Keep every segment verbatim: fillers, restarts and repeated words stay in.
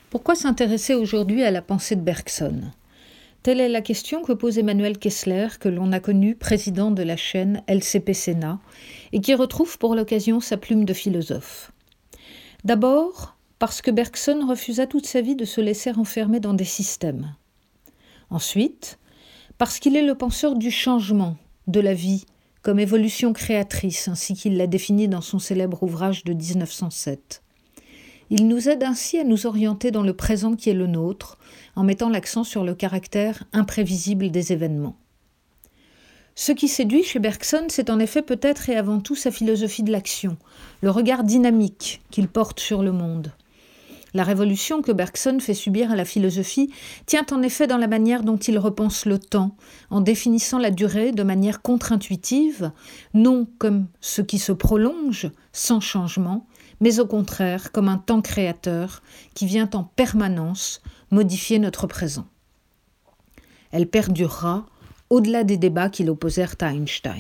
Pourquoi s'intéresser aujourd'hui à la pensée de Bergson ? Telle est la question que pose Emmanuel Kessler, que l'on a connu président de la chaîne L C P Sénat, et qui retrouve pour l'occasion sa plume de philosophe. D'abord, parce que Bergson refusa toute sa vie de se laisser enfermer dans des systèmes. Ensuite, parce qu'il est le penseur du changement, de la vie, comme évolution créatrice, ainsi qu'il l'a défini dans son célèbre ouvrage de dix-neuf cent sept. Il nous aide ainsi à nous orienter dans le présent qui est le nôtre, en mettant l'accent sur le caractère imprévisible des événements. Ce qui séduit chez Bergson, c'est en effet peut-être et avant tout sa philosophie de l'action, le regard dynamique qu'il porte sur le monde. La révolution que Bergson fait subir à la philosophie tient en effet dans la manière dont il repense le temps, en définissant la durée de manière contre-intuitive, non comme ce qui se prolonge sans changement, mais au contraire comme un temps créateur qui vient en permanence modifier notre présent. Elle perdurera au-delà des débats qui l'opposèrent à Einstein.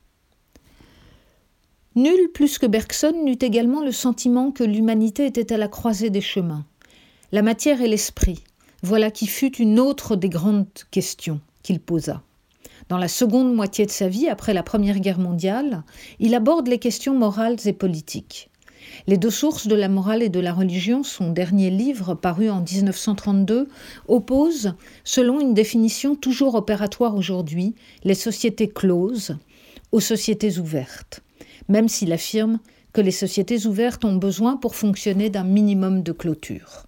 Nul plus que Bergson n'eut également le sentiment que l'humanité était à la croisée des chemins. La matière et l'esprit, voilà qui fut une autre des grandes questions qu'il posa. Dans la seconde moitié de sa vie, après la Première Guerre mondiale, il aborde les questions morales et politiques. Les deux sources de la morale et de la religion, son dernier livre, paru en dix-neuf cent trente-deux, opposent, selon une définition toujours opératoire aujourd'hui, les sociétés closes aux sociétés ouvertes, même s'il affirme que les sociétés ouvertes ont besoin pour fonctionner d'un minimum de clôture.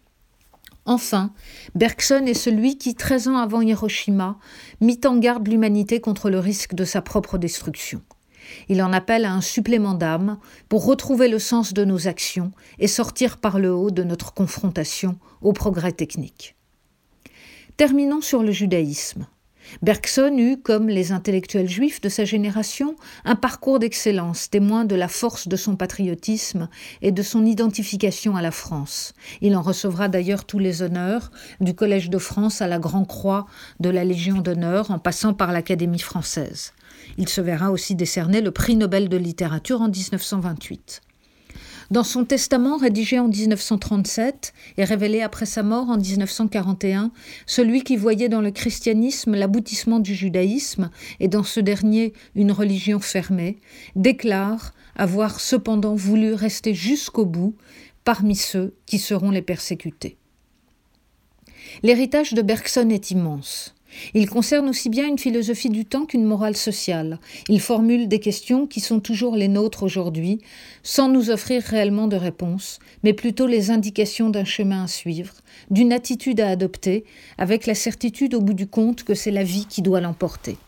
Enfin, Bergson est celui qui, treize ans avant Hiroshima, mit en garde l'humanité contre le risque de sa propre destruction. Il en appelle à un supplément d'âme pour retrouver le sens de nos actions et sortir par le haut de notre confrontation au progrès technique. Terminons sur le judaïsme. Bergson eut, comme les intellectuels juifs de sa génération, un parcours d'excellence, témoin de la force de son patriotisme et de son identification à la France. Il en recevra d'ailleurs tous les honneurs, du Collège de France à la Grand Croix de la Légion d'honneur, en passant par l'Académie française. Il se verra aussi décerner le prix Nobel de littérature en dix-neuf cent vingt-huit. Dans son testament rédigé en dix-neuf cent trente-sept et révélé après sa mort en dix-neuf cent quarante et un, celui qui voyait dans le christianisme l'aboutissement du judaïsme et dans ce dernier une religion fermée, déclare avoir cependant voulu rester jusqu'au bout parmi ceux qui seront les persécutés. L'héritage de Bergson est immense. Il concerne aussi bien une philosophie du temps qu'une morale sociale. Il formule des questions qui sont toujours les nôtres aujourd'hui, sans nous offrir réellement de réponses, mais plutôt les indications d'un chemin à suivre, d'une attitude à adopter, avec la certitude au bout du compte que c'est la vie qui doit l'emporter.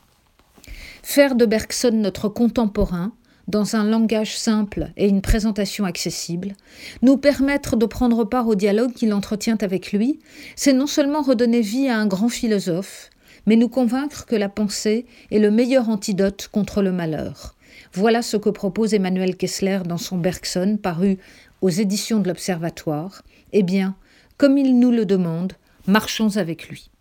Faire de Bergson notre contemporain, dans un langage simple et une présentation accessible, nous permettre de prendre part au dialogue qu'il entretient avec lui, c'est non seulement redonner vie à un grand philosophe, mais nous convaincre que la pensée est le meilleur antidote contre le malheur. Voilà ce que propose Emmanuel Kessler dans son Bergson, paru aux éditions de l'Observatoire. Eh bien, comme il nous le demande, marchons avec lui.